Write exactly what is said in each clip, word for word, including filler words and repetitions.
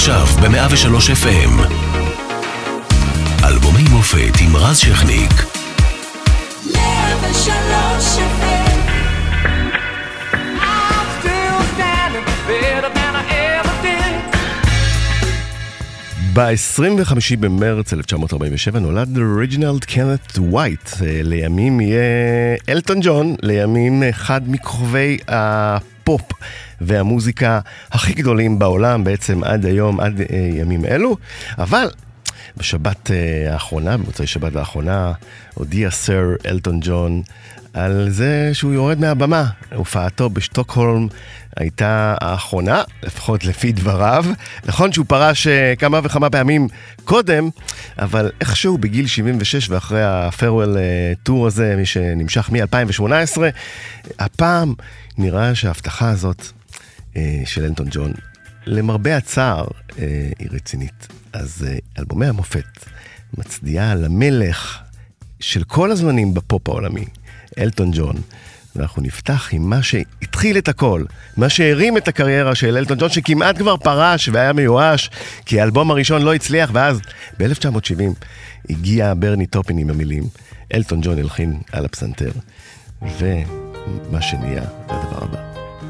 עכשיו ב-מאה ושלוש אף אם. אלבומי מופת עם רז שכניק. מאה ושלוש אף אם. ב-עשרים וחמישה במרץ אלף תשע מאות ארבעים ושבע נולד ריג'ינלד קנת ווייט. לימים יהיה אלטון ג'ון, לימים אחד מכוכבי הפופ והמוזיקה הכי גדולים בעולם, בעצם עד היום, עד ימים אלו. אבל בשבת האחרונה, במוצאי שבת האחרונה, הודיע סר אלטון ג'ון על זה שהוא יורד מהבמה. הופעתו בשטוקהולם הייתה האחרונה, לפחות לפי דבריו. נכון שהוא פרש כמה וכמה פעמים קודם, אבל איכשהו בגיל שבעים ושש ואחרי הפרוול טור הזה, מי שנמשך מ-אלפיים שמונה עשרה, הפעם נראה שההבטחה הזאת של אלטון ג'ון, למרבה הצער, היא רצינית. אז אלבומי המופת מצדיעה למלך של כל הזמנים בפופ העולמי, אלטון ג'ון, ואנחנו נפתח עם מה שהתחיל את הכל, מה שהרים את הקריירה של אלטון ג'ון, שכמעט כבר פרש והיה מיואש, כי האלבום הראשון לא הצליח, ואז ב-אלף תשע מאות שבעים הגיע ברני טופין עם המילים, אלטון ג'ון הלחין על הפסנתר, ומה שנהיה זה הדבר הבא.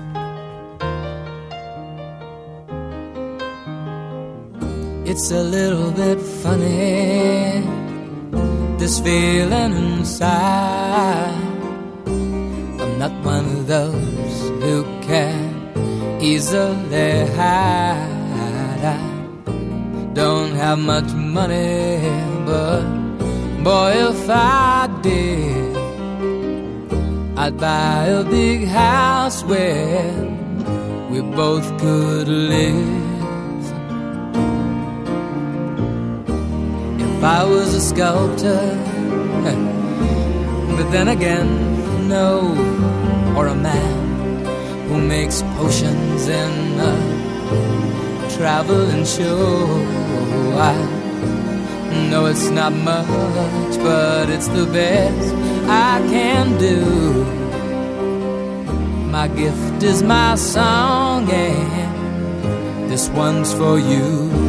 It's a little bit funny, this feeling inside. I'm not one of those who can easily hide. I don't have much money, but boy, if I did, I'd buy a big house where we both could live. If I was a sculptor, but then again, no, or a man who makes potions in a traveling show. I know it's not much, but it's the best I can do. My gift is my song, and this one's for you.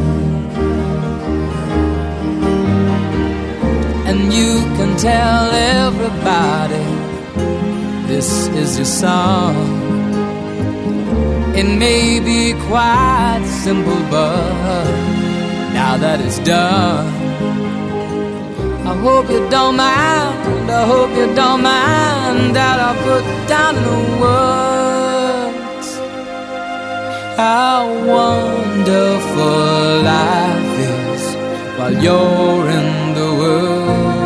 And you can tell everybody this is your song. It may be quite simple, but now that it's done, I hope you don't mind, I hope you don't mind that I put down in the words how wonderful life is while you're in the world.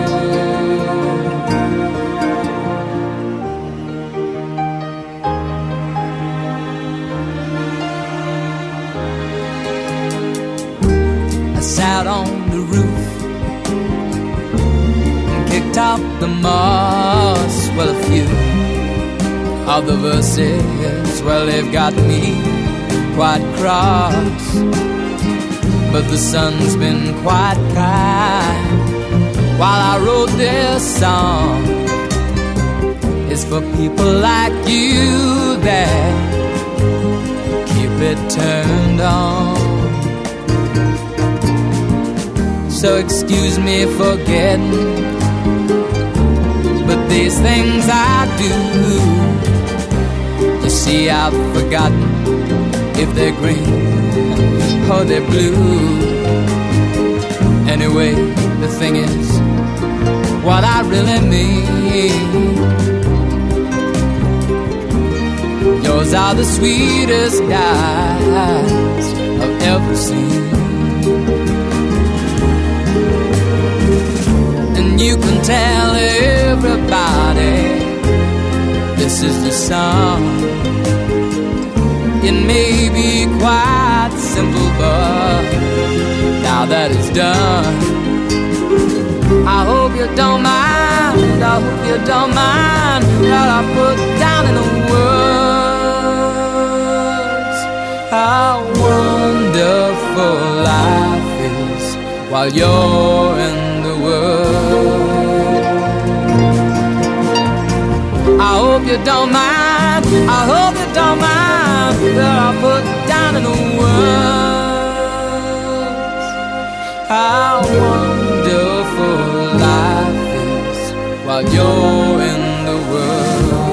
I sat on the roof and kicked out the moss. Well, a few of the verses, well, they've got me quite cross. But the sun's been quite kind while I wrote this song. It's for people like you that keep it turned on. So excuse me for getting, but these things I do, you see I've forgotten if they're green or they're blue. Anyway, the thing is, what I really mean, yours are the sweetest eyes I've ever seen. And you can tell everybody this is the song. It may be quite simple, but now that it's done, I hope you don't mind, I hope you don't mind that I put down in the words how wonderful life is while you're in the world. I hope you don't mind, I hope you don't mind that I put down in the words while you're in the world.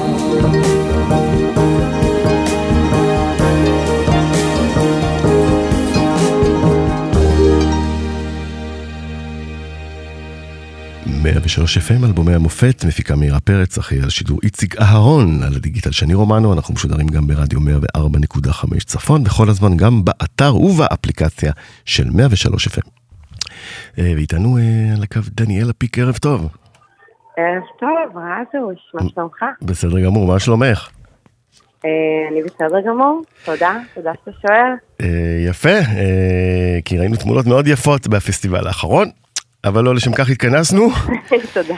מאה ושלוש אף אם, אלבומי המופת, מפיקה מאירה פרץ, אחרי על שידור איציק אהרון, על הדיגיטל שני רומנו. אנחנו משודרים גם ברדיו מאה וארבע נקודה חמש צפון, וכל הזמן גם באתר ובאפליקציה של מאה ושלוש אף אם. ואיתנו על הקו דניאל אפיק, ערב טוב. ערב טוב, רזוש, מה שלומך? בסדר גמור, מה שלומך? אני בסדר גמור, תודה, תודה שאתה שואל. יפה, כי ראינו תמונות מאוד יפות בפסטיבל האחרון, אבל לא לשם כך התכנסנו. תודה.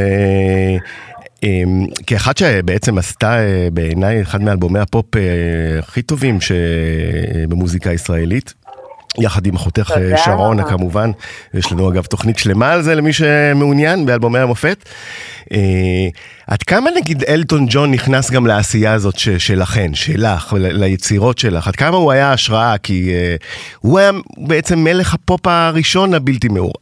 כאחת שבעצם עשתה בעיניי אחד מאלבומי הפופ הכי טובים במוזיקה הישראלית, יחד עם אחותך שרונה כמובן, יש לנו אגב תוכנית שלמה על זה למי שמעוניין באלבומי המופת. עד כמה נגיד אלטון ג'ון נכנס גם לעשייה הזאת שלכן, שלך, ליצירות שלך? עד כמה הוא היה השראה? כי הוא היה בעצם מלך הפופ הראשון הבלתי מעורער.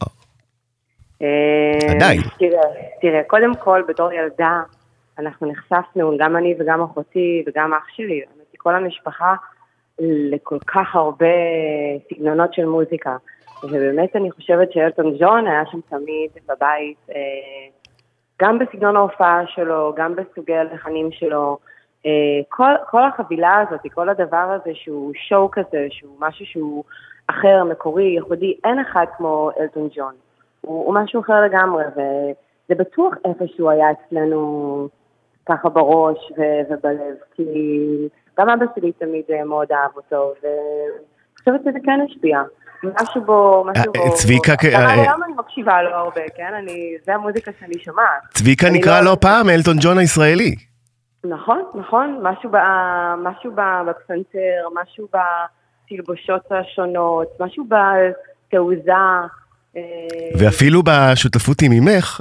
עדיין. תראה, תראה, קודם כל בתור ילדה אנחנו נחשפנו, גם אני וגם אחותי וגם אח שלי, כל המשפחה, לכל כך הרבה סגנונות של מוזיקה. ובאמת אני חושבת שאלטון ג'ון היה שם תמיד בבית, גם בסגנון ההופעה שלו, גם בסוגי הלחנים שלו, כל, כל החבילה הזאת, כל הדבר הזה שהוא שואו כזה, שהוא משהו שהוא אחר, מקורי, ייחודי, אין אחד כמו אלטון ג'ון. הוא, הוא משהו אחר לגמרי, וזה בטוח איפשהו היה אצלנו ככה בראש ו- ובלב, כי גם אבא שלי תמיד מאוד אהב אותו, ואני חושבת שזה כן השפיע. משהו בו, משהו בו... צביקה... למה אני מקשיבה לו הרבה, כן? זה המוזיקה שאני שומעת. צביקה נקרא לא פעם, אלטון ג'ון הישראלי. נכון, נכון. משהו בפסנתר, משהו בתלבושות השונות, משהו בתעוזה. ואפילו בשותפות עם אמך,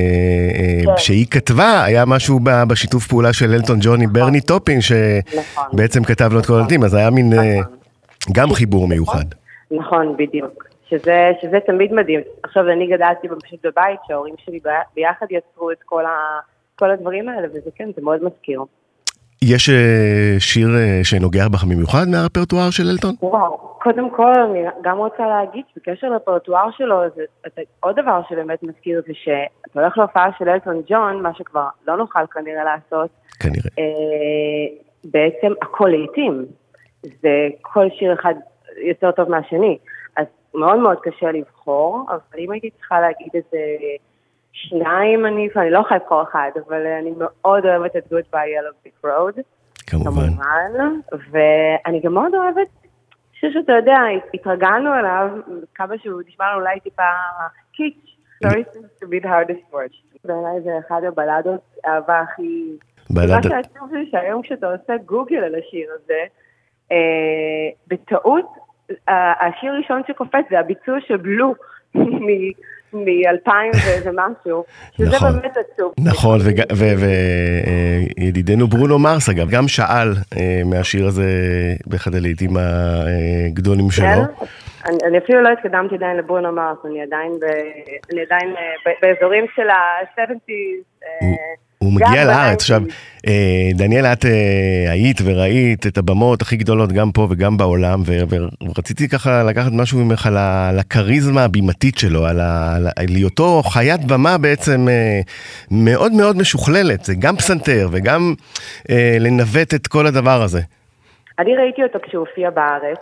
שהיא כתבה, היה משהו בשיתוף פעולה של אלטון ג'ון עם ברני טופין, שבעצם כתב לו את כל הנתים, אז היה מין גם חיבור מיוחד. נכון, בדיוק. שזה, שזה תמיד מדהים. עכשיו, אני גדלתי פשוט בבית, שההורים שלי ביחד יצרו את כל, ה, כל הדברים האלה, וזה כן, זה מאוד מזכיר. יש שיר שנוגע בך במיוחד מהרפרטואר של אלטון? וואו, קודם כל, אני גם רוצה להגיד, בקשר לרפרטואר שלו, זה, זה, עוד דבר שבאמת מזכיר זה שאתה הולך להופעה של אלטון ג'ון, מה שכבר לא נוכל כנראה לעשות. כנראה. אה, בעצם הכל לעתים. זה כל שיר אחד יותר טוב מהשני. אז מאוד מאוד קשה לבחור, אבל אם הייתי צריכה להגיד איזה שניים, אני, אני לא יכולה לבחור אחד, אבל אני מאוד אוהבת את Goodbye Yellow Brick Road. כמובן. כמובן. ואני גם מאוד אוהבת, שיר שאתה יודע, התרגלנו אליו, כמה שהוא נשמע לנו אולי טיפה קיץ', Sorry to be the hardest word. בעיניי זה אחד הבלדות, האהבה הכי... בלד... מה שעצוב זה שהיום כשאתה עושה גוגל על השיר הזה, אה, בטעות, השיר הראשון שקופץ זה הביצוע של בלו מ-אלפיים וזה משהו, שזה באמת עצוב. נכון, וידידנו ברונו מרס אגב, גם שאל מהשיר הזה באחד הלעיתים הגדולים שלו. אני אפילו לא התקדמתי עדיין לברונו מרס, אני עדיין באזורים של ה-שבעים. הוא מגיע לארץ. עכשיו, דניאל, את היית וראית את הבמות הכי גדולות גם פה וגם בעולם, ורציתי ככה לקחת משהו ממך על הקריזמה הבימתית שלו, על היותו חיית במה בעצם מאוד מאוד משוכללת, זה גם פסנתר וגם לנווט את כל הדבר הזה. אני ראיתי אותו כשהוא הופיע בארץ,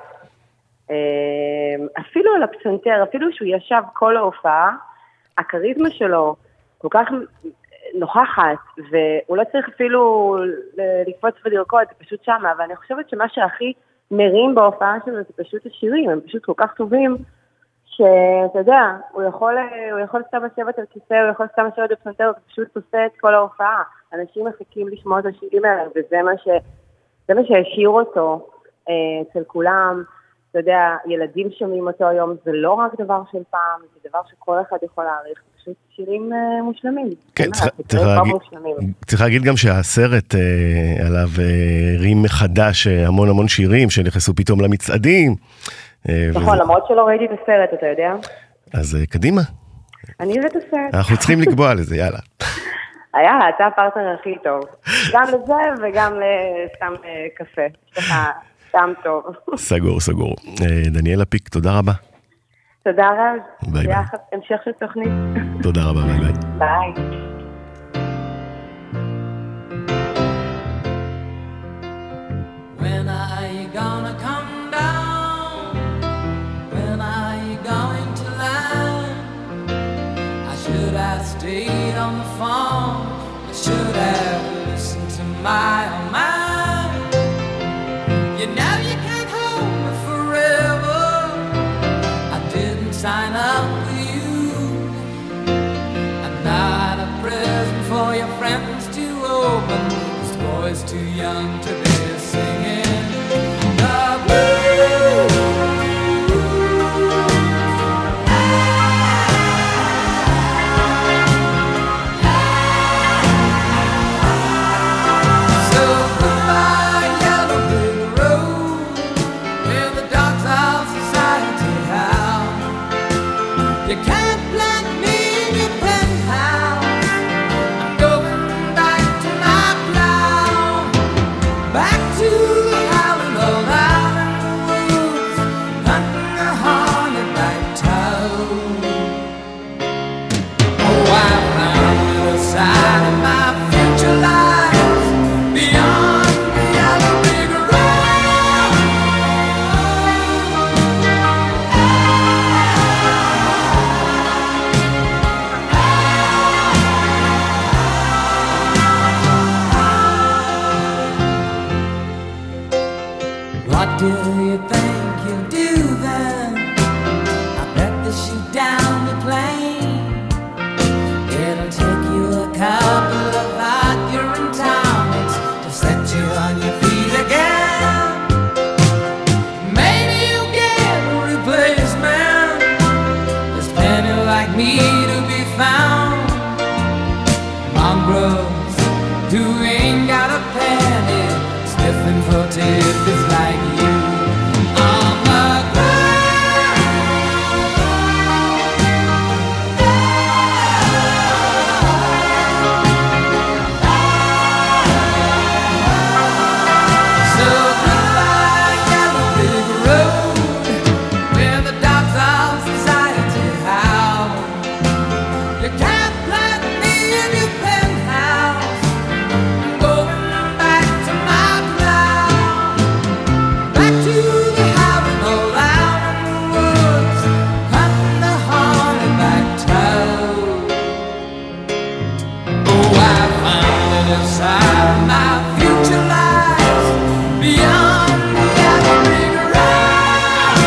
אפילו על הפסנתר, אפילו שהוא ישב כל ההופעה, הקריזמה שלו כל כך... נוכחת, והוא לא צריך אפילו לקפוץ ולרקוד, זה פשוט שם, אבל אני חושבת שמה שהכי מרים בהופעה שלו זה פשוט השירים, הם פשוט כל כך טובים, שאתה יודע, הוא יכול, הוא יכול סתם לשבת על כיסא, הוא יכול סתם לשבת בפסנתר, הוא פשוט עושה את כל ההופעה. אנשים מחכים לשמוע את השירים האלה, וזה מה ש, זה מה שהשאיר אותו אצל כולם. אתה יודע, ילדים שומעים אותו היום, זה לא רק דבר של פעם, זה דבר שכל אחד יכול להעריך. פשוט שירים מושלמים. כן, צריך להגיד גם שהסרט עליו רים מחדש המון המון שירים שנכנסו פתאום למצעדים. נכון, למרות שלא ראיתי את הסרט, אתה יודע? אז קדימה. אני אראה את הסרט. אנחנו צריכים לקבוע לזה, יאללה. היה, אתה הפרטנר הכי טוב. גם לזה וגם לסתם קפה. יש לך טעם טוב. סגור, סגור. דניאלה פיק, תודה רבה. תודה רב. ביי ביי. המשך של תוכנית. תודה רבה, ביי ביי. ביי. When are you gonna come down? When are you going to land? I should have stayed on the phone. I should have listened to my own mind. You know you can't hold me forever. I didn't sign up with you. I'm not a present for your friends to open. This boy's too young to be singing the blues. So goodbye, yellow brick road, where the dogs of society howl. You can't plant me in your penthouse. I'm going back to my plow, back to the howling old island woods, hunting a hornet-back toad. Oh, I found a side of my future lies beyond the yellow brick road. What do you think you'll do then? I bet they shoot down the plane. It'll take you a couple of hot urine tonics to set you on your feet again. Maybe you'll get a replacement. There's plenty like me to be found. Mongrels who ain't got a penny, sniffing for tidbits like you on the ground. So goodbye, yellow brick road, where the dogs of society howl. You can't plant me in your penthouse. I'm going back to my plow, back to the howling old island woods, hunting the hornet-back toad. Oh, I found it inside my future lies beyond the yellow brick road.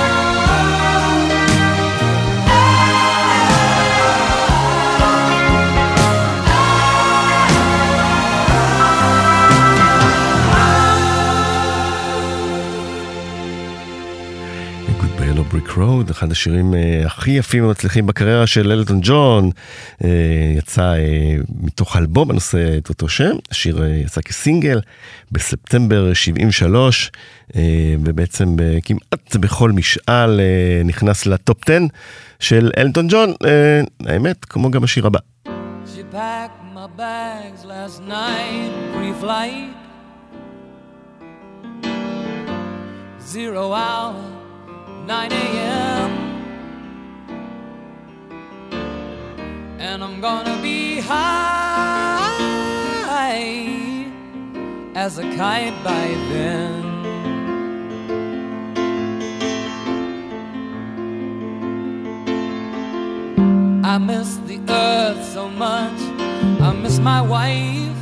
Goodbye Yellow Brick Road, אחד השירים אה, הכי יפים ומצליחים בקריירה של אלטון ג'ון. אה, יצא אה, מתוך אלבום הנושא את אותו שם. השיר אה, יצא כסינגל בספטמבר שבעים ושלוש, אה, ובעצם אה, כמעט בכל משאל אה, נכנס לטופ עשר של אלטון ג'ון. אה, האמת, כמו גם השיר הבא. She packed my bags last night, pre-flight, zero hour, nine a.m. And I'm gonna be high as a kite by then. I miss the earth so much, I miss my wife.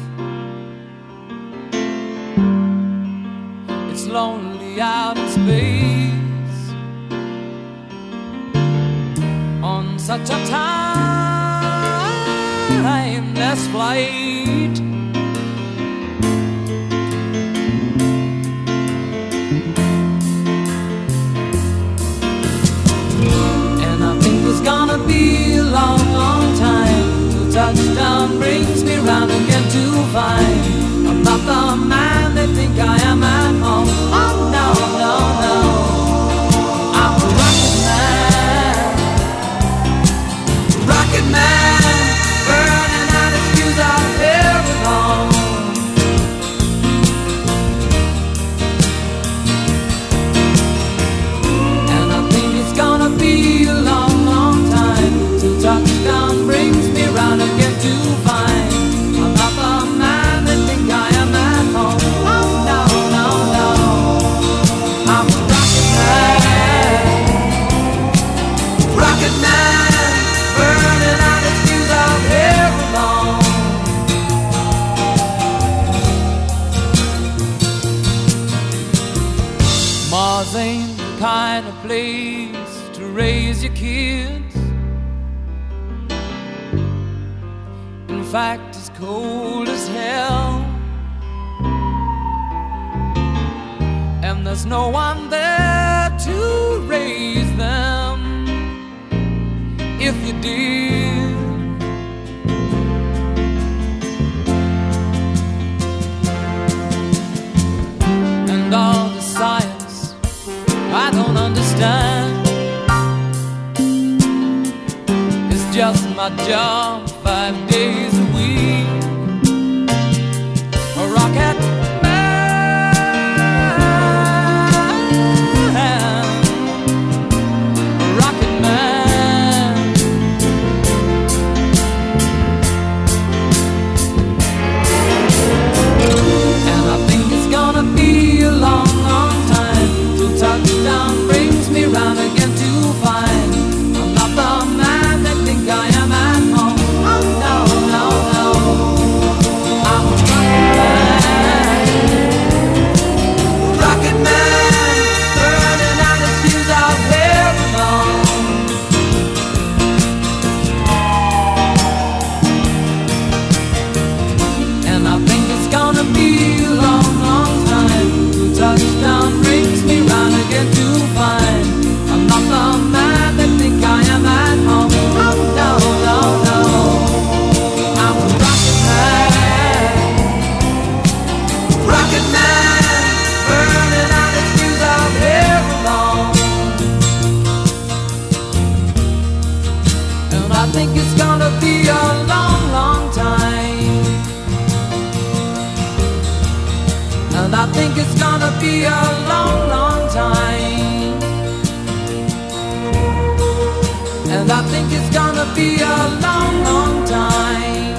It's lonely out in space on such a timeless flight. And I think it's gonna be a long, long time till touchdown brings me round again to find I'm not the man they think I am at home. Oh no, no, no, I'm a rocket man, rocket man, burning out his fuse out ain't the kind of place to raise your kids. In fact, it's cold as hell, and there's no one there to raise them if you did. And all the science I don't understand, it's just my job five days a week. A rocket be a long, long time. And I think it's gonna be a long, long time.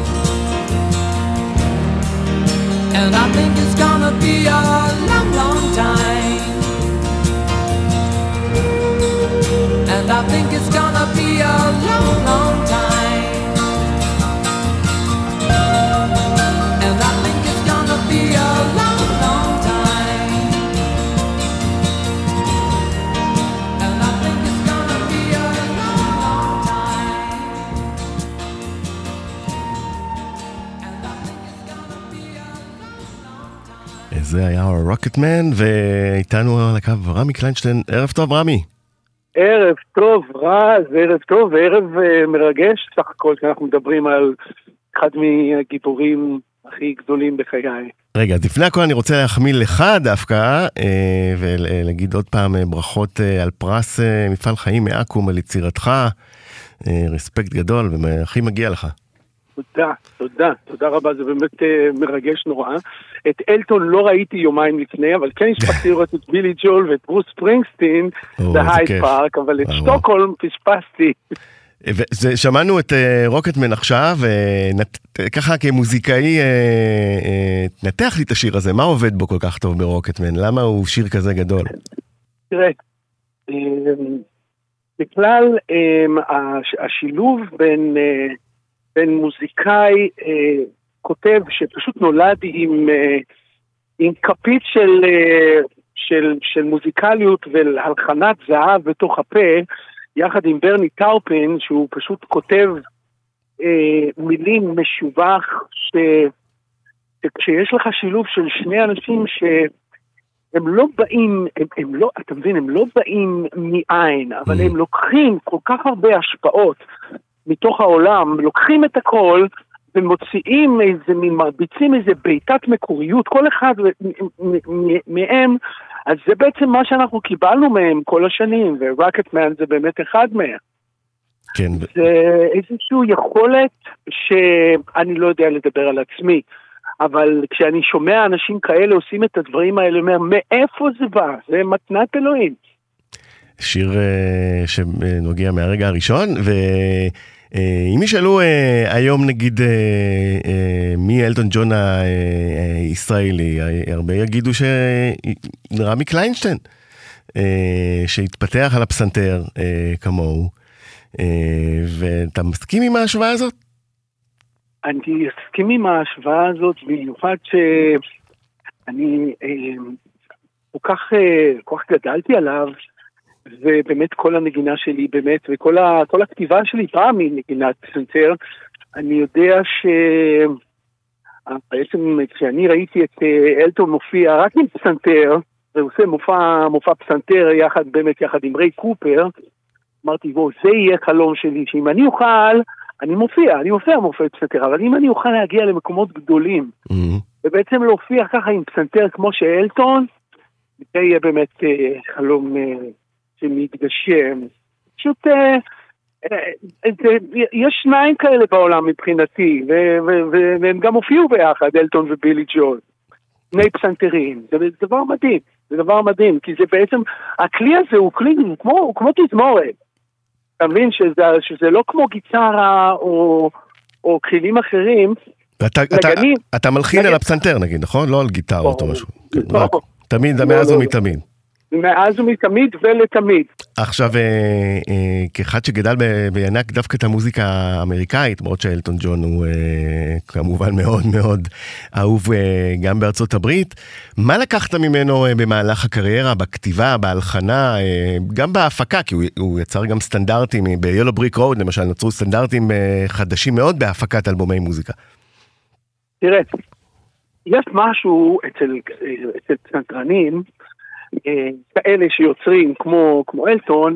And I think it's gonna be a long, long time. And I think it's gonna be a long, long time. And I think it's gonna be a long, long time. And I think it's gonna be a long, long time. And I think it's gonna be a long, long time. זה היה רוקטמן, ואיתנו על הקו רמי קליינשטיין. ערב טוב רמי. ערב טוב, רז, ערב טוב, וערב uh, מרגש סך הכל, שאנחנו מדברים על אחד מהגיבורים הכי גדולים בחיי. רגע, אז לפני הכל אני רוצה להחמיא לך דווקא, אה, ולהגיד עוד פעם ברכות אה, על פרס אה, מפעל חיים מאקו"ם על יצירתך, אה, רספקט גדול, והכי מגיע לך. תודה, תודה, תודה רבה, זה באמת uh, מרגש נורא. את אלטון לא ראיתי יומיים לפני, אבל כן הספקתי לראות את בילי ג'ול ואת ברוס ספרינגסטין בהייד פארק, אבל את שטוקהולם פספסתי. שמענו את רוקטמן עכשיו, וככה כמוזיקאי, נתח לי את השיר הזה, מה עובד בו כל כך טוב ברוקטמן? למה הוא שיר כזה גדול? תראה, בכלל השילוב בין... בין מוזיקאי אה, כותב שפשוט נולד עם, אה, עם כפית של, אה, של, של מוזיקליות והלחנת זהב בתוך הפה, יחד עם ברני טאופין, שהוא פשוט כותב אה, מילים משובח, ש, שכשיש לך שילוב של שני אנשים שהם לא באים, הם, הם לא, אתה מבין, הם לא באים מאין, אבל הם לוקחים כל כך הרבה השפעות, מתוך העולם, לוקחים את הכל ומוציאים איזה, מרביצים איזה ביתת מקוריות, כל אחד מהם, אז זה בעצם מה שאנחנו קיבלנו מהם כל השנים, ורוקטמן זה באמת אחד מהם. כן. זה איזושהי יכולת שאני לא יודע לדבר על עצמי, אבל כשאני שומע אנשים כאלה עושים את הדברים האלה, אומר, מאיפה זה בא? זה מתנת אלוהים. שיר uh, שנוגע מהרגע הראשון, ואם ישאלו uh, היום נגיד uh, uh, מי אלטון ג'ון הישראלי, uh, הרבה יגידו שרמי קליינשטיין, uh, שהתפתח על הפסנתר uh, כמוהו, uh, ואתה מסכים עם ההשוואה הזאת? אני מסכים עם ההשוואה הזאת, במיוחד שאני... Uh, כל כך, כל כך גדלתי עליו, ובאמת כל הנגינה שלי, באמת, וכל ה, כל הכתיבה שלי באה מנגינת פסנתר. אני יודע ש... בעצם כשאני ראיתי את אלטון מופיע רק עם פסנתר, ועושה מופע, מופע פסנתר יחד, באמת יחד עם ריי קופר, אמרתי, בוא, זה יהיה חלום שלי, שאם אני אוכל, אני מופיע, אני מופיע מופע פסנתר, אבל אם אני אוכל להגיע למקומות גדולים, mm-hmm. ובעצם להופיע ככה עם פסנתר כמו שאלטון, זה יהיה באמת חלום שמתגשם. פשוט, יש שניים כאלה בעולם מבחינתי, והם גם הופיעו ביחד, אלטון ובילי ג'ול. שני פסנתרים, זה דבר מדהים, זה דבר מדהים, כי זה בעצם, הכלי הזה הוא כלי, הוא כמו, הוא כמו תזמורת. אתה מבין שזה, שזה לא כמו גיטרה או, או כלים אחרים. אתה, אתה, אתה מלחין על הפסנתר נגיד, נכון? לא על גיטרות או משהו. תמיד, מאז ומתמיד. מאז ומתמיד ולתמיד. עכשיו, אה, אה, כאחד שגדל בענק דווקא את המוזיקה האמריקאית, למרות שאלטון ג'ון הוא אה, כמובן מאוד מאוד אהוב אה, גם בארצות הברית, מה לקחת ממנו אה, במהלך הקריירה, בכתיבה, בהלחנה, אה, גם בהפקה, כי הוא, הוא יצר גם סטנדרטים, ב-Yellow Brick Road למשל, נוצרו סטנדרטים אה, חדשים מאוד בהפקת אלבומי מוזיקה. תראה, יש משהו אצל, אצל פסנתרנים, כאלה שיוצרים כמו, כמו אלטון,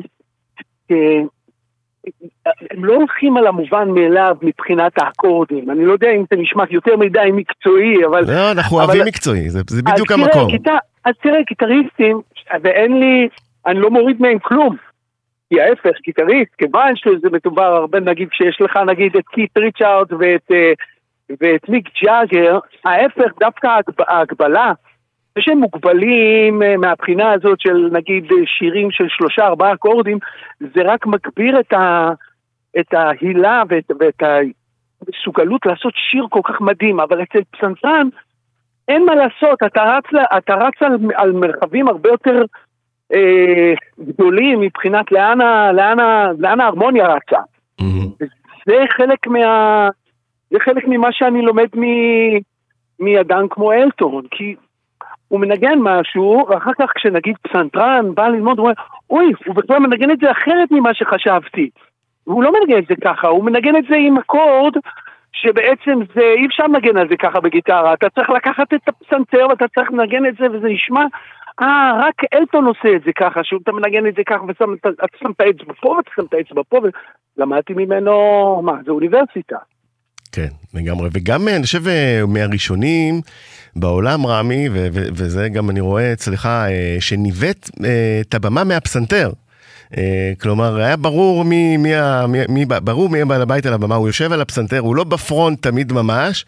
הם לא הולכים על המובן מאליו מבחינת האקורדים. אני לא יודע אם זה נשמע יותר מדי מקצועי, אבל... לא, אנחנו אוהבים מקצועי, זה, זה בדיוק אז המקום. תראה, גיטר, אז תראה, גיטריסטים, ואין לי, אני לא מוריד מהם כלום. כי ההפך, גיטריסט, כיוון שזה מדובר הרבה, נגיד, שיש לך נגיד את קית' ריצ'ארד ואת, ואת מיק ג'אגר, ההפך, דווקא ההגבלה, זה שהם מוגבלים מהבחינה הזאת של נגיד שירים של שלושה ארבעה אקורדים, זה רק מגביר את, ה, את ההילה ואת, ואת הסוגלות לעשות שיר כל כך מדהים, אבל אצל פסנתרן אין מה לעשות, אתה רץ, אתה רץ על, על מרחבים הרבה יותר אה, גדולים מבחינת לאן, לאן, לאן ההרמוניה רצה. Mm-hmm. זה חלק מה, זה חלק ממה שאני לומד מ, מאדם כמו אלטון, כי הוא מנגן משהו, ואחר כך כשנגיד פסנתרן בא ללמוד, הוא אומר, אוי, הוא בכלל מנגן את זה אחרת ממה שחשבתי. הוא לא מנגן את זה ככה, הוא מנגן את זה עם אקורד, שבעצם זה, אי אפשר לנגן על זה ככה בגיטרה, אתה צריך לקחת את הפסנתר, ואתה צריך לנגן את זה, וזה נשמע, אה, רק אלטון עושה את זה ככה, שאתה מנגן את זה ככה, ואתה שם את האצבע פה, ואתה שם את האצבע פה, ולמדתי ממנו, מה, זה אוניברסיטה. כן, לגמרי, וגם אני חושב מהראשונים בעולם רמי, ו- ו- וזה גם אני רואה אצלך, שניווט את הבמה מהפסנתר. כלומר, היה ברור מי, מי, מי, מי, ברור מי בעל הבית על הבמה, הוא יושב על הפסנתר, הוא לא בפרונט תמיד ממש,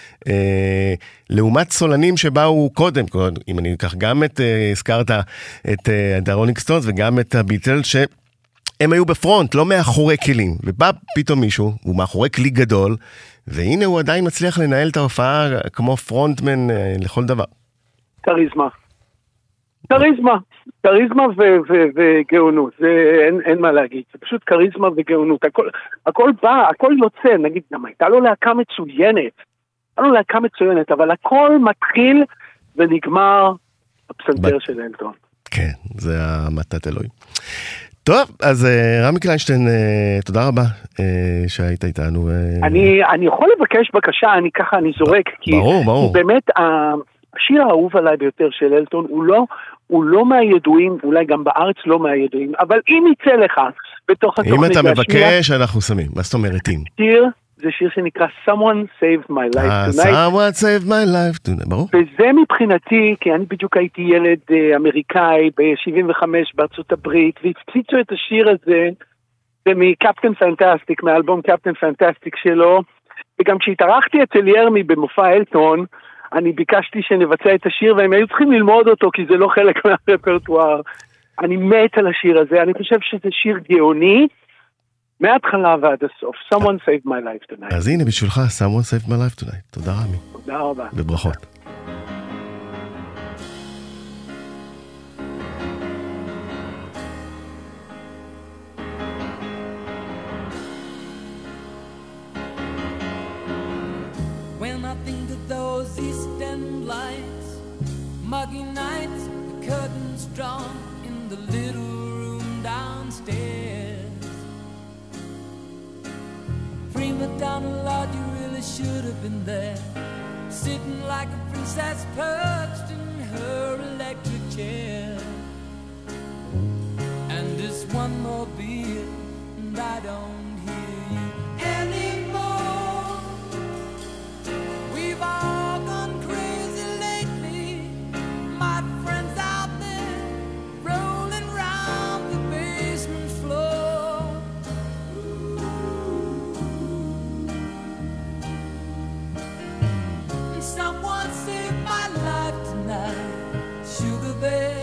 לעומת סולנים שבאו קודם, אם אני אקח גם את, הזכרת את הרולינג סטונס וגם את הביטל, ש... הם היו בפרונט, לא מאחורי כלים, ובא פתאום מישהו, הוא מאחורי כלי גדול, והנה הוא עדיין מצליח לנהל את ההופעה כמו פרונטמן לכל דבר. קריזמה. קריזמה. קריזמה וגאונות. זה אין, אין מה להגיד. זה פשוט קריזמה וגאונות. הכל, הכל בא, הכל יוצא. נגיד, גם הייתה לו להקה מצוינת. הייתה לו להקה מצוינת, אבל הכל מתחיל ונגמר הפסנתר של אלטון. כן, זה המתת אלוהים. טוב, אז רמי קליינשטיין, תודה רבה שהיית איתנו. אני, אני יכול לבקש בקשה, אני ככה, אני זורק, כי ברור, ברור. באמת השיר האהוב עליי ביותר של אלטון, הוא לא, הוא לא מהידועים, אולי גם בארץ לא מהידועים, אבל אם יצא לך בתוך התוכנית... אם אתה מבקש, אנחנו שמים. מה זאת אומרת אם? שיר, זה שיר שנקרא Someone Saved My Life Tonight. Someone Saved My Life Tonight, ברור. וזה מבחינתי, כי אני בדיוק הייתי ילד אמריקאי ב-שבעים וחמש בארצות הברית, והפציצו את השיר הזה, זה מקפטן פנטסטיק, מהאלבום קפטן פנטסטיק שלו, וגם כשהתארחתי אצל ירמי במופע אלטון, אני ביקשתי שנבצע את השיר, והם היו צריכים ללמוד אותו, כי זה לא חלק מהרפרטואר. אני מת על השיר הזה, אני חושב שזה שיר גאוני, מההתחלה ועד הסוף. Someone saved my life tonight. אז הנה בשבילך, Someone saved my life tonight. תודה רמי. תודה רבה. וברכות. When I think of those eastern lights, muggy nights, the curtains strong in the little room downstairs. Prima donna, Lord, you really should have been there, sitting like a princess perched in her electric chair. And this one more beer, and I don't hear you anymore. We've all gone crazy lately, my friends out there rolling round the basement floor. And someone saved my life tonight, Sugar Bear.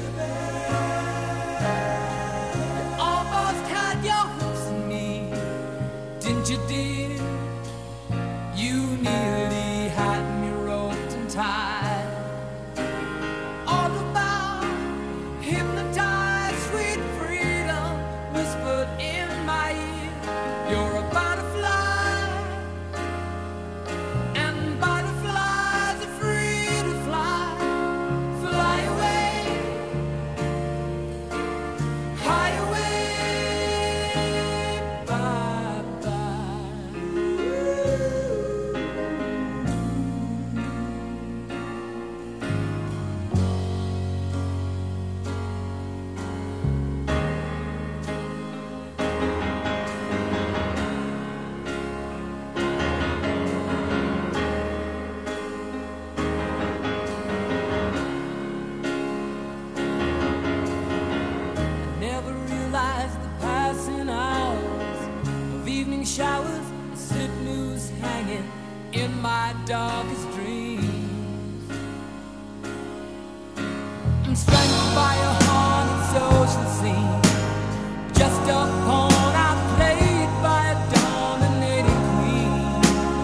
You did, you nearly had me roped and tied. All about hypnotized, sweet freedom whispered in my ear. You're a butterfly, and butterflies are free to fly. Fly away, high away. Showers, slip noose hanging in my darkest dreams. I'm strangled by a haunted social scene, just a pawn outplayed by a dominating queen.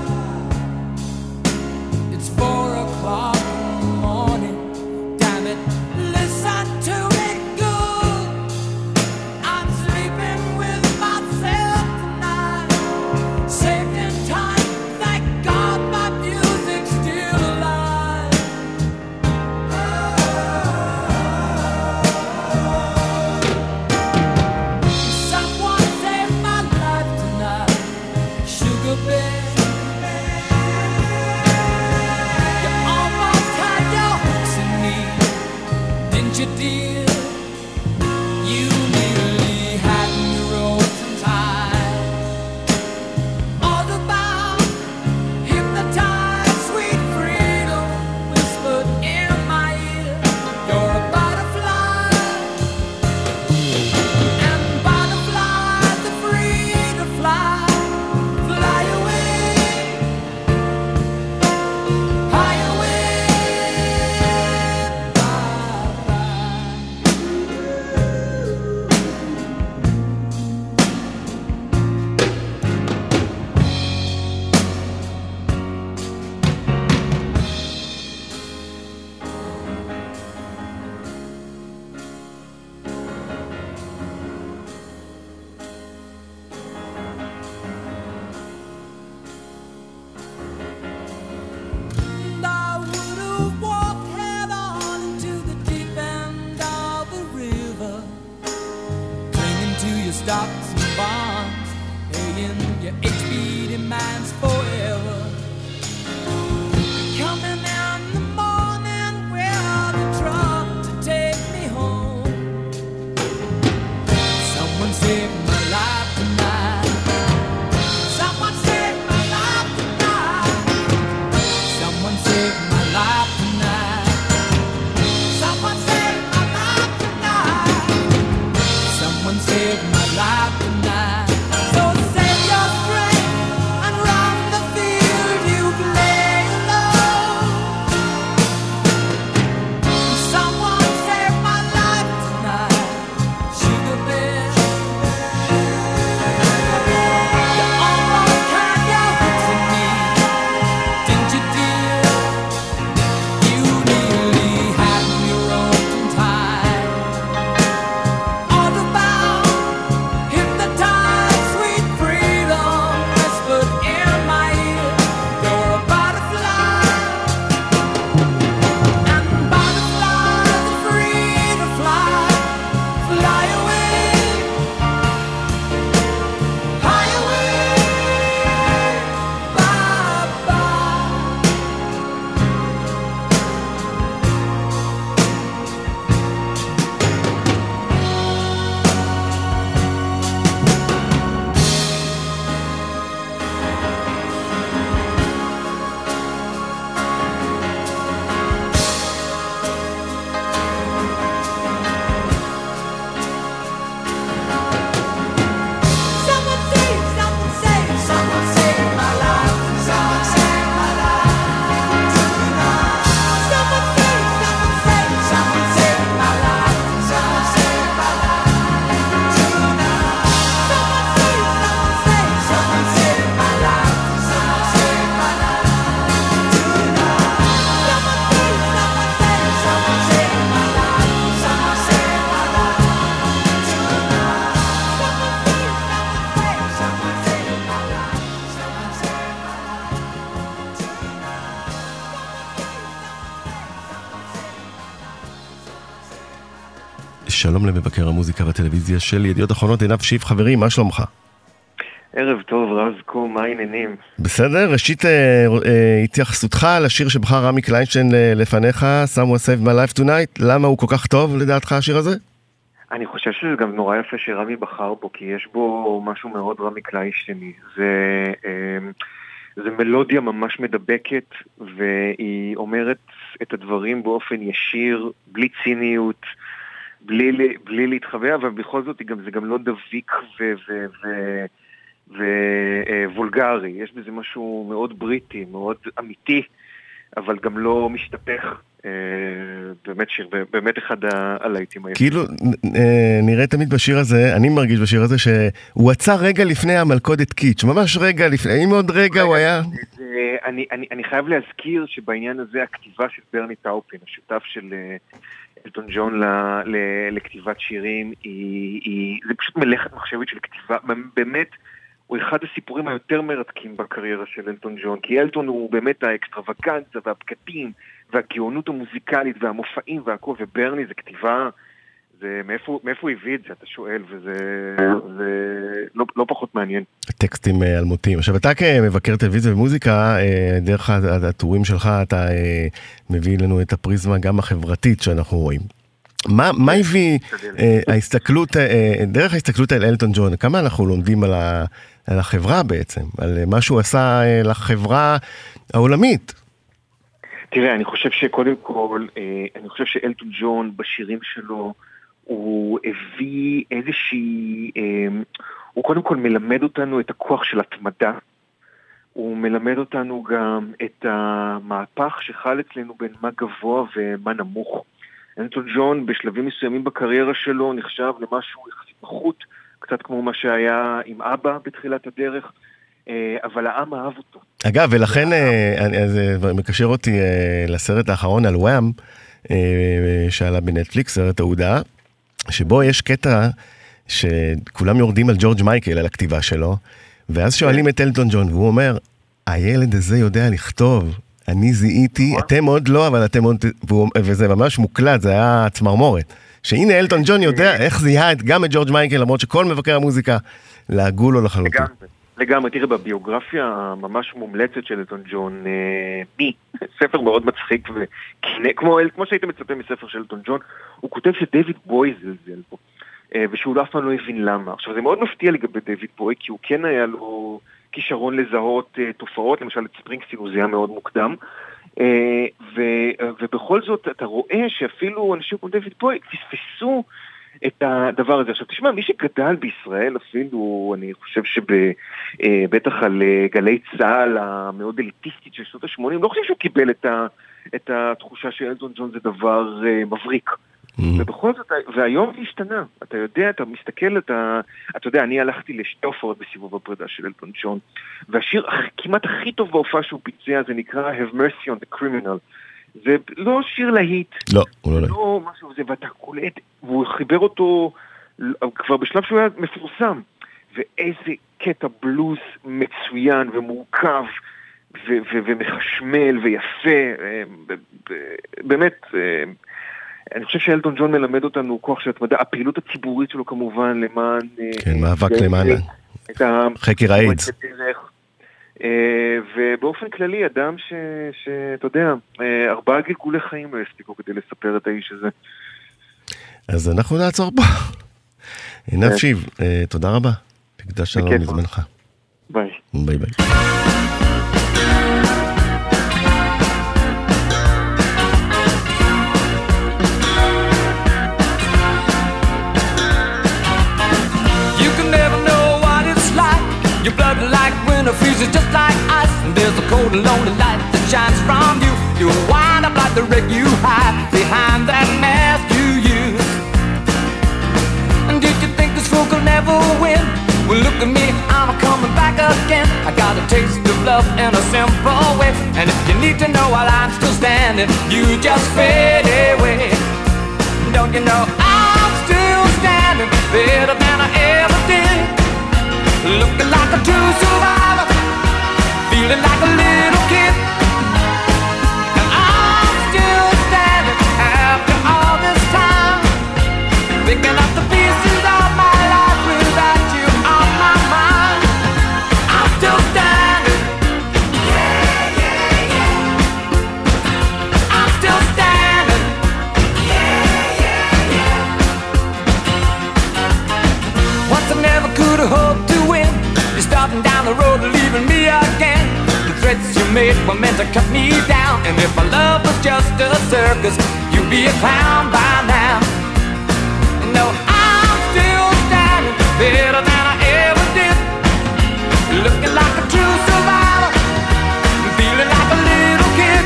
It's four o'clock in the morning, damn it, listen to me good. I'm sleeping with myself tonight. Saved in time, thank God my music's still alive. Someone saved my life tonight, Sugar Bear. You almost had your hooks in me, didn't you, dear? You nearly had me roped and tied. All about hypnotized, sweet freedom whispered in my ear. You're a butterfly, and butterflies are free to fly. Fly away, high away. And I would have walked head on into the deep end of the river, clinging to your stocks and bonds, paying your H B demands forever. Coming in the morning with a truck to take me home. Someone saved my life tonight. Someone saved my life tonight. Someone saved my life tonight. Someone saved my life tonight. Someone saved my life tonight. שלום למבקר המוזיקה והטלוויזיה של ידיעות אחרונות, עינב שיף. חברי, מה שלומך? ערב טוב, רזקו, מה העניינים? בסדר, ראשית אה, אה, התייחסותך לשיר שבחר רמי קליינשטיין אה, לפניך, Someone Saved My Life Tonight, למה הוא כל כך טוב לדעתך השיר הזה? אני חושב שזה גם נורא יפה שרמי בחר בו, כי יש בו משהו מאוד רמי קליינשטייני. זה, אה, זה מלודיה ממש מדבקת, והיא אומרת את הדברים באופן ישיר, בלי ציניות, בלי, בלי להתחבא, אבל בכל זאת גם, זה גם לא דביק ו... ו, ו ווולגרי, יש בזה משהו מאוד בריטי, מאוד אמיתי, אבל גם לא משתפך. באמת שיר, באמת אחד הלהיטים היפים. כאילו, נראה תמיד בשיר הזה, אני מרגיש בשיר הזה, שהוא עצר רגע לפני המלכודת קיץ', ממש רגע לפני, אם עוד רגע הוא היה... אני חייב להזכיר שבעניין הזה הכתיבה של ברני טאופין, השותף של אלטון ג'ון לכתיבת שירים, זה פשוט מלאכת מחשבית של כתיבה, באמת, הוא אחד הסיפורים היותר מרתקים בקריירה של אלטון ג'ון, כי אלטון הוא באמת האקסטרווגנציה והבקטים והגאונות המוזיקלית והמופעים והכל, וברני זה כתיבה, זה מאיפה, מאיפה הוא הביא את זה, אתה שואל, וזה זה לא, לא פחות מעניין. טקסטים אלמותיים. עכשיו, אתה כמבקר טלוויזיה ומוזיקה, דרך הטורים שלך, אתה מביא לנו את הפריזמה גם החברתית שאנחנו רואים. מה, מה הביא ההסתכלות, דרך ההסתכלות על אלטון ג'ון, כמה אנחנו לומדים על, ה, על החברה בעצם, על מה שהוא עשה לחברה העולמית? תראה, אני חושב שקודם כל, אני חושב שאלטון ג'ון בשירים שלו, הוא הביא איזושהי, הוא קודם כל מלמד אותנו את הכוח של התמדה, הוא מלמד אותנו גם את המהפך שחל אצלנו בין מה גבוה ומה נמוך. אלטון ג'ון בשלבים מסוימים בקריירה שלו נחשב למשהו יחסית נחות, קצת כמו מה שהיה עם אבא בתחילת הדרך, אבל העם אהב אותו. אגב, ולכן זה מקשר אותי לסרט האחרון על וואם, שעלה בנטפליקס, סרט ההודעה, שבו יש קטע שכולם יורדים על ג'ורג' מייקל, על הכתיבה שלו, ואז שואלים את אלטון ג'ון, והוא אומר, הילד הזה יודע לכתוב, אני זיהיתי, אתם עוד לא, אבל אתם עוד, וזה ממש מוקלט, זה היה צמרמורת, שהנה אלטון ג'ון יודע איך זיהה גם את ג'ורג' מייקל, למרות שכל מבקר המוזיקה לעגו לו לחלוטין. לגמרי, תראה, בביוגרפיה הממש מומלצת של אלטון ג'ון, בי, ספר מאוד מצחיק, כמו שהיית מצפה מספר של אלטון ג'ון, הוא כותב שדייוויד בוי זלזל פה, ושהוא אף פעם לא הבין למה. עכשיו, זה מאוד מפתיע לגבי דייוויד בוי, כי הוא כן היה לו כישרון לזהות תופעות, למשל את ספרינגסטין הוא זיהה מאוד מוקדם, ובכל זאת אתה רואה שאפילו אנשים כמו דייוויד בוי פספסו את הדבר הזה. עכשיו תשמע, מי שגדל בישראל אפילו, אני חושב שבטח על גלי צהל המאוד אליטיסטית של שנות ה-שמונים, לא חושב שהוא קיבל את, ה, את התחושה שאלטון ג'ון זה דבר מבריק. ובכל זאת, והיום זה השתנה, אתה יודע, אתה מסתכל, אתה, אתה יודע, אני הלכתי לשתי הופעות בסיבוב הפרידה של אלטון ג'ון, והשיר כמעט הכי טוב בהופעה שהוא ביצע, זה נקרא Have Mercy on the Criminal. זה לא שיר להיט. לא, הוא לא להיט. לא משהו זה, ואתה קולט, והוא חיבר אותו כבר בשלב שהוא היה מפורסם, ואיזה קטע בלוז מצוין ומורכב, ו- ו- ומחשמל ויפה, באמת, אני חושב שאלטון ג'ון מלמד אותנו כוח של התמדה, הפעילות הציבורית שלו כמובן למען... כן, מאבק למען חקר האיידס. ובאופן כללי, אדם שאתה יודע, ארבעה גלגולי חיים לא הספיקו כדי לספר את האיש הזה. אז אנחנו נעצור פה. עינב שיף, תודה רבה. תקדש לנו מזמנך. ביי. ביי ביי. Your blood like winter freezes just like ice, and there's a cold and lonely light that shines from you. You wind up like the wreck you hide behind that mask you use. And did you think this fool could never win? Well, look at me, I'm coming back again. I got a taste of love in a simple way, and if you need to know while I'm still standing, you just fade away. Don't you know I'm still standing better than I ever did? Looking like a true survivor, feeling like a little kid, and I'm still standing after all this time. made were meant to cut me down. And if my love was just a circus, you'd be a clown by now. No, I'm still standing better than I ever did, looking like a true survivor, feeling like a little kid.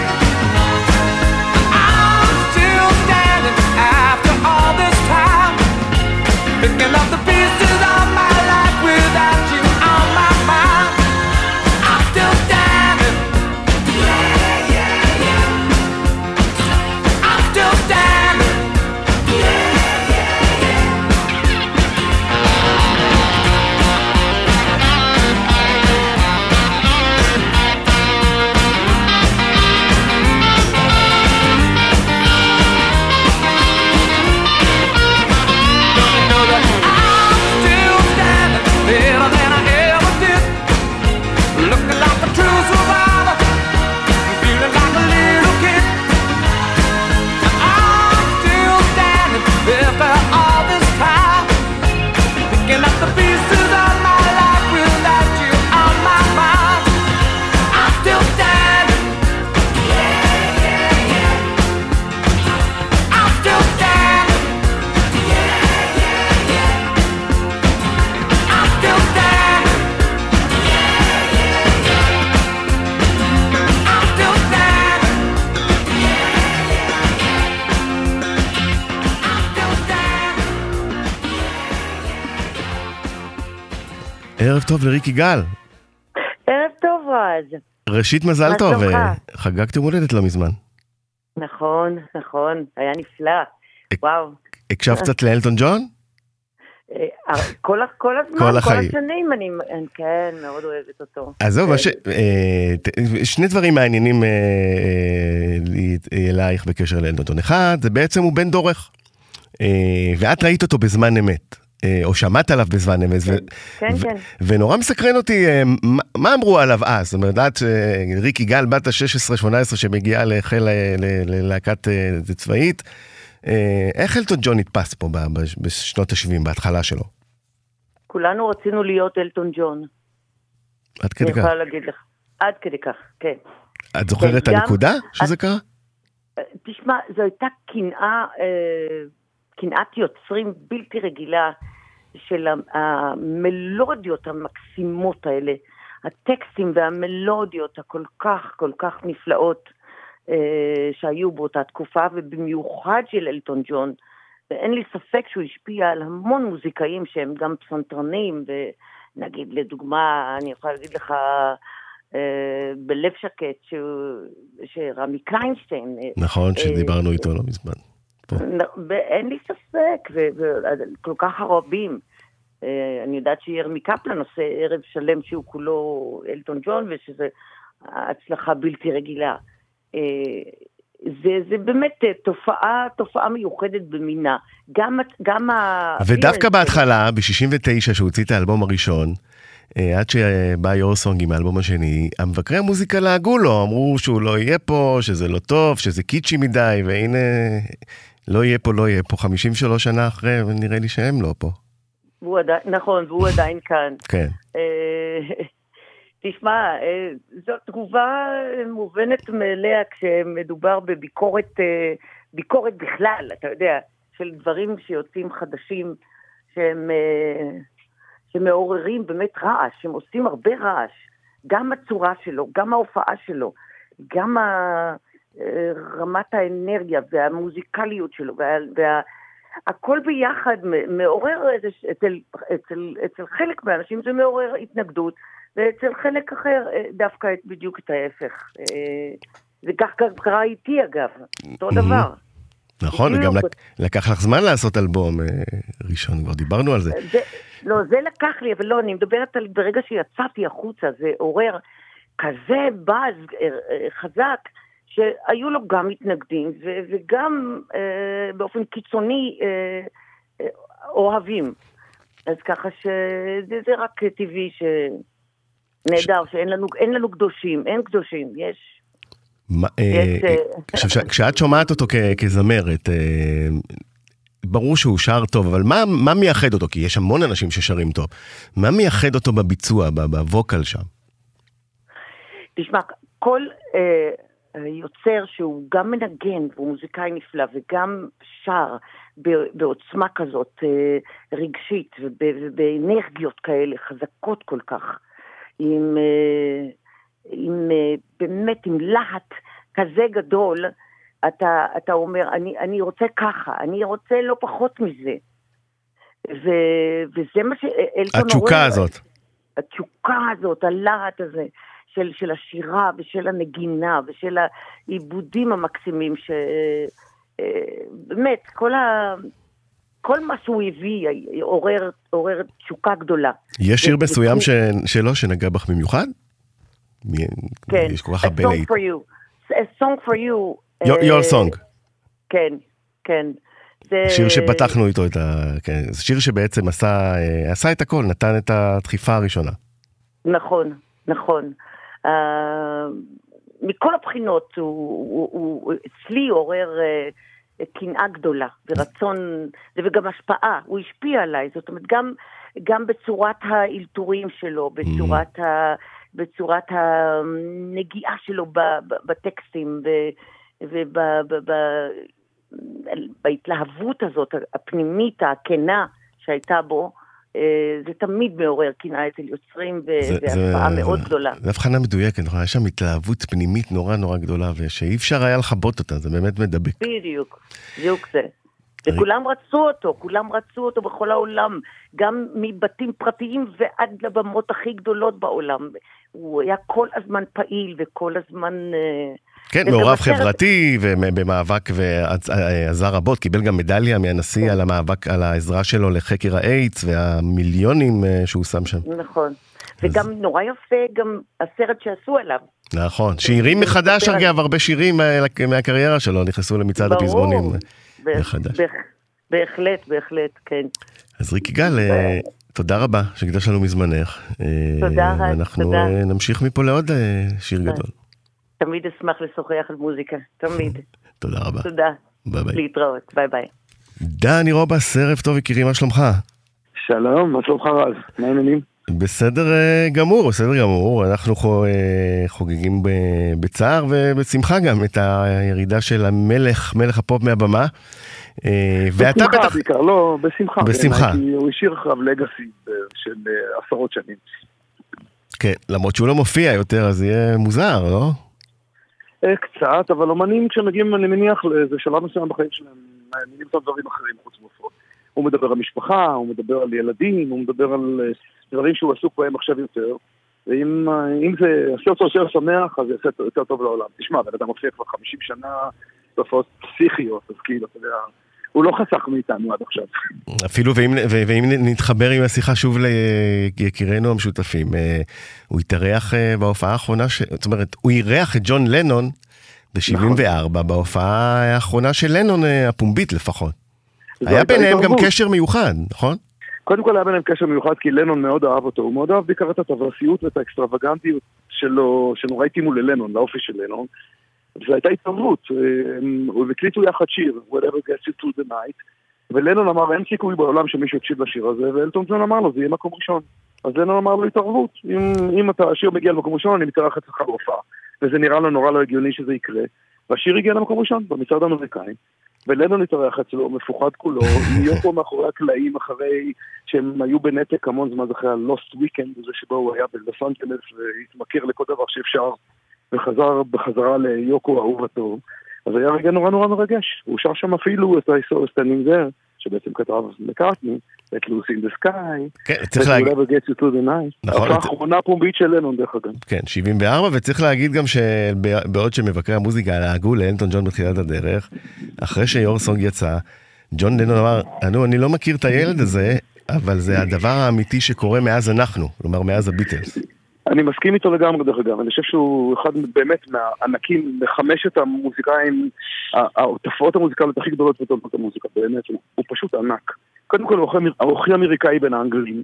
I'm still standing after all this time, picking up the pieces of my life without you on my mind. I'm still standing. Yeah, yeah, yeah. I'm still standing. Yeah, yeah, yeah. Don't you know that I'm still standing better than I ever did, looking like a true survivor, feeling like a little kid. I'm still standing after all this time, picking up the pieces of my life without you on my mind. I'm still standing. Yeah, yeah, yeah. I'm still standing. Yeah, yeah, yeah. I'm still standing. Yeah, yeah, yeah. I'm still standing. Yeah, yeah, yeah. I'm still standing. ערב טוב לריקי גל. ערב טוב רז. ראשית מזל מה טוב, שלומך? אה, חגגתם הולדת לא מזמן. נכון, נכון, היה נפלא. וואו. הקשבת קצת לאלטון ג'ון? אה, כל ה- כל הזמן, כל כל החיים. השנים, אני אני- כן, מאוד אוהבת אותו. אז זהו, מה ש... אה, ת- שני דברים מעניינים אה, אה, לי- אלייך בקשר לאלטון ג'ון. אחד, זה בעצם הוא בן דורך. אה, ואת ראית אותו בזמן אמת. אה, או שמעת עליו בזמן אמת. ו- כן, ו- כן. ונורא מסקרן אותי, אה, מה- מה אמרו עליו אז? זאת אומרת, את, אה, ריקי גל, בת ה-שש עשרה שמונה עשרה שמגיעה לחיל אה, ל- ללהקת אה, צבאית, אה, איך אלטון ג'ון נתפס פה ב- ב- בשנות ה-שבעים, בהתחלה שלו? כולנו רצינו להיות אלטון ג'ון. עד אני כדי כך. יכולה להגיד לך. עד כדי כך, כן. את זוכרת את וגם- הנקודה שזה קרה? תשמע, זו הייתה קנאה, אה, קנאת יוצרים בלתי רגילה של ה- המלודיות המקסימות האלה, הטקסטים והמלודיות הכל כך, כל כך נפלאות אה, שהיו באותה תקופה, ובמיוחד של אלטון ג'ון, ואין לי ספק שהוא השפיע על המון מוזיקאים שהם גם פסנתרנים, ונגיד לדוגמה, אני יכולה להגיד לך, אה, בלב שקט, שהוא- שרמי קליינשטיין, אה, נכון, אה, שדיברנו איתו לא מזמן. פה. נ- אין לי ספק, וכל כך הרבים. אה, אני יודעת שירמי קפלן עושה ערב שלם שהוא כולו אלטון ג'ון, ושזה הצלחה בלתי רגילה. אה, זה, זה באמת אה, תופעה, תופעה מיוחדת במינה. גם, גם ה... ודווקא בהתחלה, ב-שישים ותשע, שהוא הוציא את האלבום הראשון, אה, עד שבא יורסונג עם האלבום השני, המבקרי המוזיקה לעגו לו, אמרו שהוא לא יהיה פה, שזה לא טוב, שזה קיצ'י מדי, והנה, לא יהיה פה, לא יהיה פה, חמישים ושלוש שנה אחרי, ונראה לי שהם לא פה. והוא עדיין, נכון, והוא עדיין כאן. כן. אה, תשמע, אה, זו תגובה מובנת מאליה כשמדובר בביקורת, אה, ביקורת בכלל, אתה יודע, של דברים שיוצאים חדשים, שהם, אה, שמעוררים באמת רעש, שהם עושים הרבה רעש, גם הצורה שלו, גם ההופעה שלו, גם ה- אה, רמת האנרגיה והמוזיקליות שלו, וה, וה, הכל ביחד מעורר איזה, אצל, אצל, אצל חלק מהאנשים זה מעורר התנגדות, ואצל חלק אחר דווקא בדיוק את ההפך. זה כך קרה איתי אגב, אותו דבר. נכון, וגם לקח לך זמן לעשות אלבום ראשון, כבר דיברנו על זה. לא, זה לקח לי, אבל לא, אני מדברת על ברגע שיצאתי החוצה, זה עורר כזה באז חזק, שהיו לו גם מתנגדים, וגם באופן קיצוני אוהבים. אז ככה שזה רק טבעי שנהדר, שאין לנו, אין לנו קדושים, אין קדושים, יש. כשאת שומעת אותו כזמרת, ברור שהוא שר טוב, אבל מה מייחד אותו? כי יש המון אנשים ששרים טוב. מה מייחד אותו בביצוע, בווקל שם? תשמע, כל אה, יוצר שהוא גם מנגן, והוא מוזיקאי נפלא, וגם שר בעוצמה כזאת אה, רגשית, ובאנרגיות כאלה חזקות כל כך, עם, אה, עם אה, באמת עם להט כזה גדול, אתה, אתה אומר, אני, אני רוצה ככה, אני רוצה לא פחות מזה. ו, וזה מה שאלטון... התשוקה הזאת. התשוקה הזאת, הלהט הזה, של, של השירה ושל הנגינה ושל העיבודים המקסימים, שבאמת, כל, ה, כל מה שהוא הביא עורר, עורר תשוקה גדולה. יש שיר מסוים ש, שלו שנגע בך במיוחד? כן, יש כל כך הרבה A להיט. Song for You. A Song for You. Your, your Song. כן, כן. זה... שיר שפתחנו איתו את ה... כן, זה שיר שבעצם עשה, עשה את הכל, נתן את הדחיפה הראשונה. נכון, נכון. Uh, מכל הבחינות, הוא, הוא, הוא, אצלי עורר uh, קנאה גדולה, ורצון, וגם השפעה, הוא השפיע עליי, זאת אומרת, גם, גם בצורת האלתורים שלו, בצורת, mm. ה, בצורת הנגיעה שלו ב, ב, בטקסטים, ובהתלהבות הזאת, הפנימית, הכנה שהייתה בו, זה תמיד מעורר קנאה אצל יוצרים, והשפעה מאוד גדולה. זה הבחנה מדויקת, יש שם התלהבות פנימית נורא נורא גדולה, ושאי אפשר היה לחבות אותה, זה באמת מדבק. בדיוק, בדיוק זה. וכולם רצו אותו, כולם רצו אותו בכל העולם, גם מבתים פרטיים ועד לבמות הכי גדולות בעולם. הוא היה כל הזמן פעיל וכל הזמן... כן, מעורב חברתי ובמאבק ועזר רבות, קיבל גם מדליה מהנשיא על המאבק, על העזרה שלו לחקר האיידס והמיליונים שהוא שם שם. נכון, וגם נורא יפה גם הסרט שעשו עליו. נכון, שירים מחדש אגב, הרבה שירים מהקריירה שלו נכנסו למצעד הפזמונים מחדש. בהחלט, בהחלט, כן. אז ריק יגאל, תודה רבה שהקדשת לנו מזמנך. תודה, תודה. אנחנו נמשיך מפה לעוד שיר גדול. תמיד אשמח לשוחח על מוזיקה, תמיד. תודה רבה. תודה. ביי ביי. להתראות, ביי ביי. דני רובס, ערב טוב יקירי, מה שלומך? שלום, מה שלומך רז? מה העניינים? בסדר גמור, בסדר גמור. אנחנו חוגגים בצער ובשמחה גם את הירידה של המלך, מלך הפופ מהבמה. בשמחה בעיקר, לא, בשמחה. בשמחה. כי הוא השאיר אחריו לגאסי של עשרות שנים. כן, למרות שהוא לא מופיע יותר, אז יהיה מוזר, לא? קצת, אבל אומנים כשמגיעים, אני מניח, לאיזה שלב מסוים בחיים שלהם, מעניינים את דברים אחרים חוץ מופעות. הוא מדבר על משפחה, הוא מדבר על ילדים, הוא מדבר על דברים שהוא עסוק בהם עכשיו יותר, ואם זה עושה אותו יותר שמח, אז זה יעשה יותר טוב לעולם. תשמע, בן אדם מופיע כבר חמישים שנה תופעות פסיכיות, אז כאילו, אתה יודע, הוא לא חסך מאיתנו עד עכשיו. אפילו, ואם, ואם נתחבר עם השיחה שוב ליקירנו המשותפים, הוא התארח בהופעה האחרונה, ש... זאת אומרת, הוא אירח את ג'ון לנון ב-שבעים וארבע, נכון. בהופעה האחרונה של לנון, הפומבית לפחות. היה ביניהם גם קשר מיוחד, נכון? קודם כל היה ביניהם קשר מיוחד, כי לנון מאוד אהב אותו, הוא מאוד אהב בעיקר את הטוורסיות ואת האקסטרווגנטיות שלו, שנורא התאימו ללנון, לאופי של לנון. זו הייתה התערבות, והקליטו יחד שיר, Whatever Gets You Through the Night, ולנון אמר, אין סיכוי בעולם שמישהו יקשיב לשיר הזה, ואלטון ג'ון אמר לו, זה יהיה מקום ראשון. אז לנון אמר לו התערבות, אם, אם אתה, השיר מגיע למקום ראשון, אני מתארח אצלך בהופעה. וזה נראה לו נורא לא הגיוני שזה יקרה. והשיר הגיע למקום ראשון, במצעד האמריקאי, ולנון התארח אצלו, מפוחד כולו, יהיו פה מאחורי הקלעים, אחרי שהם היו בנתק המון זמן אחרי ה-Lost Weekend, זה שבו הוא היה בלוס אנג'לס, והתמכר לכל דבר שאפשר, וחזר בחזרה ליוקו אהובתו, אז היה רגע נורא נורא מרגש. הוא שר שם אפילו את ה-I Saw Standing There, שבעצם כתב מקארטני, את Lucy in the Sky, כן, צריך להגיד... Whatever Gets You to the Night. נכון. האחרונה פומבית של לנון דרך אגב. כן, שבעים וארבע, וצריך להגיד גם שבעוד שמבקרי המוזיקה להגו לאלטון ג'ון בתחילת הדרך, אחרי שיור סונג יצא, ג'ון לנון אמר, אני, אני לא מכיר את הילד הזה, אבל זה הדבר האמיתי שקורה מאז אנחנו, כלומר מאז הביטלס. אני מסכים איתו לגמרי דרך אגב, אני חושב שהוא אחד באמת מהענקים, מחמשת המוזיקאים, התופעות המוזיקליות הכי גדולות בתולדות המוזיקה, באמת, הוא פשוט ענק. קודם כל הוא הכי אמריקאי בין האנגלים,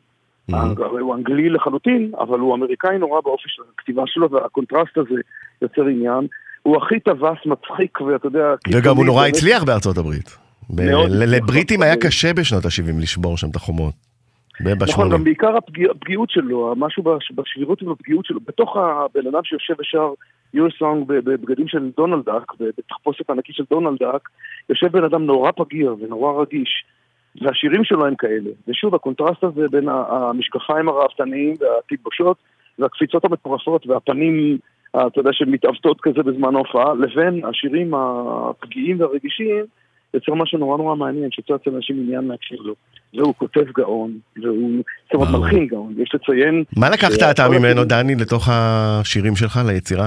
הוא אנגלי לחלוטין, אבל הוא אמריקאי נורא באופי של הכתיבה שלו, והקונטרסט הזה יוצר עניין. הוא הכי טווס, מצחיק, ואתה יודע... וגם הוא נורא הצליח בארצות הברית. לבריטים היה קשה בשנות ה-שבעים לשבור שם את החומות. נכון, גם בעיקר הפגיעות שלו, משהו בשבירות ובפגיעות שלו, בתוך הבן אדם שיושב ושר Your Song בבגדים של דונלד דאק, בתחפושת ענקית של דונלד דאק, יושב בן אדם נורא פגיר ונורא רגיש, והשירים שלו הם כאלה. ושוב, הקונטרסט הזה בין המשקפיים הרעבתניים והתלבושות, והקפיצות המטורפות והפנים, אתה יודע, שמתעוותות כזה בזמן ההופעה, לבין השירים הפגיעים והרגישים, יוצר משהו נורא נורא מעניין, שיוצר אצל אנשים עניין להקשיב לו. והוא כותב גאון, והוא צוות מלחין גאון, יש לציין... מה לקחת אתה ממנו, דני, לתוך השירים שלך, ליצירה?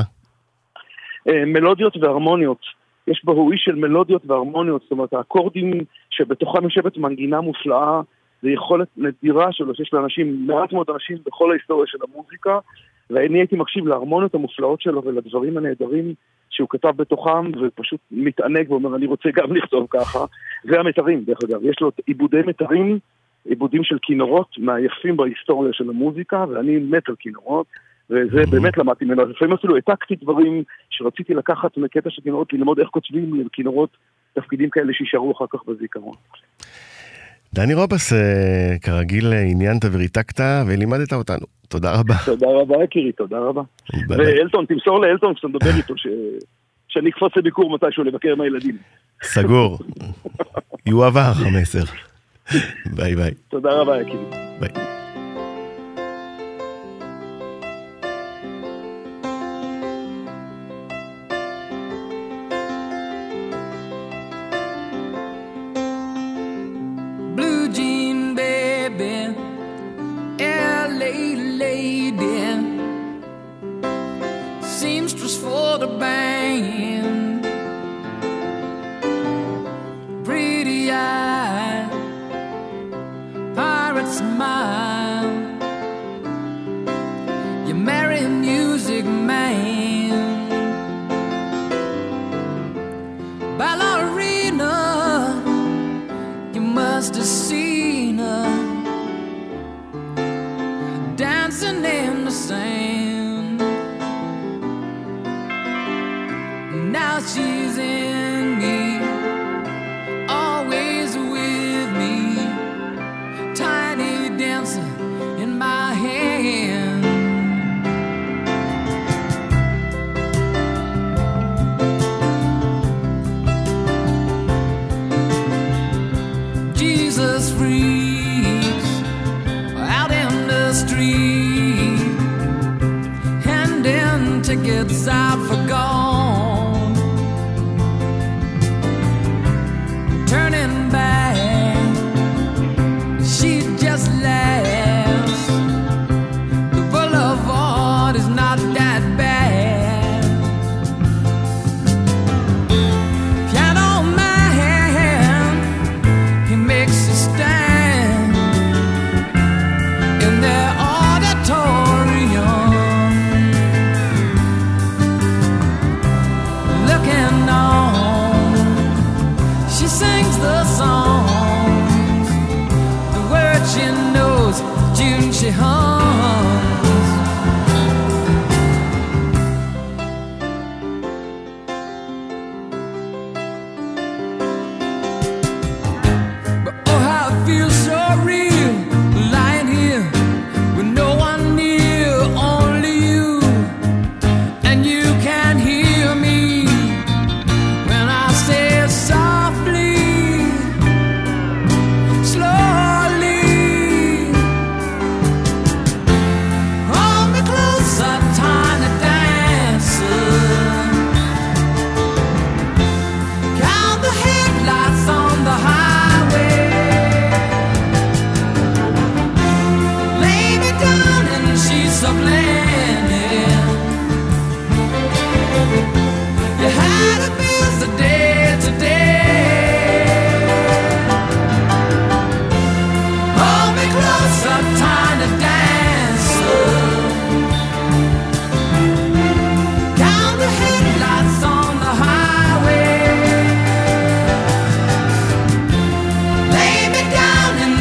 מלודיות והרמוניות. יש בו הוא איש של מלודיות והרמוניות, זאת אומרת, האקורדים שבתוכם יושבת מנגינה מופלאה, זה יכולת נדירה שלו, שיש לאנשים, מעט מאוד אנשים בכל ההיסטוריה של המוזיקה, ואני הייתי מקשיב להרמוניות המופלאות שלו ולדברים הנהדרים שהוא כתב בתוכם, ופשוט מתענג ואומר, אני רוצה גם לכתוב ככה. זה המתרים, דרך אגב. יש לו עיבודי מתרים, עיבודים של כינורות, מהיפים בהיסטוריה של המוזיקה, ואני מת על כינורות, וזה באמת למדתי ממנו. לפעמים אפילו העתקתי דברים שרציתי לקחת מקטע של כינורות, ללמוד איך כותבים לכינורות תפקידים כאלה שישארו אחר כך בזיכרון. דני רובס, כרגיל עניינת וריתקת ולימדת אותנו. תודה רבה. תודה רבה, יקירי, תודה רבה. ואלטון, תמסור לאלטון כשאתה מדבר איתו, שאני אקפוץ לביקור מתישהו לבקר עם הילדים. סגור. יועבר המסר. ביי ביי. תודה רבה, יקירי. ביי.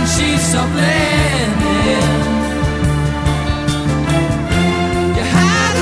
You had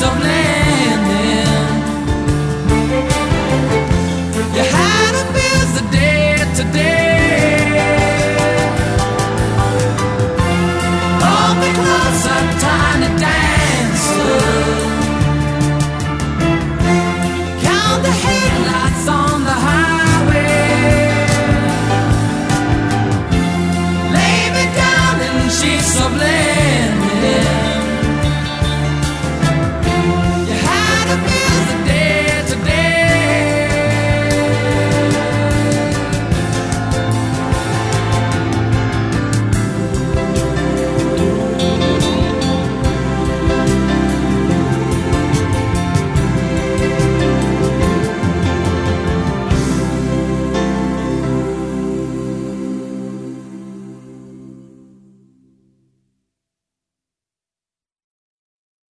of land.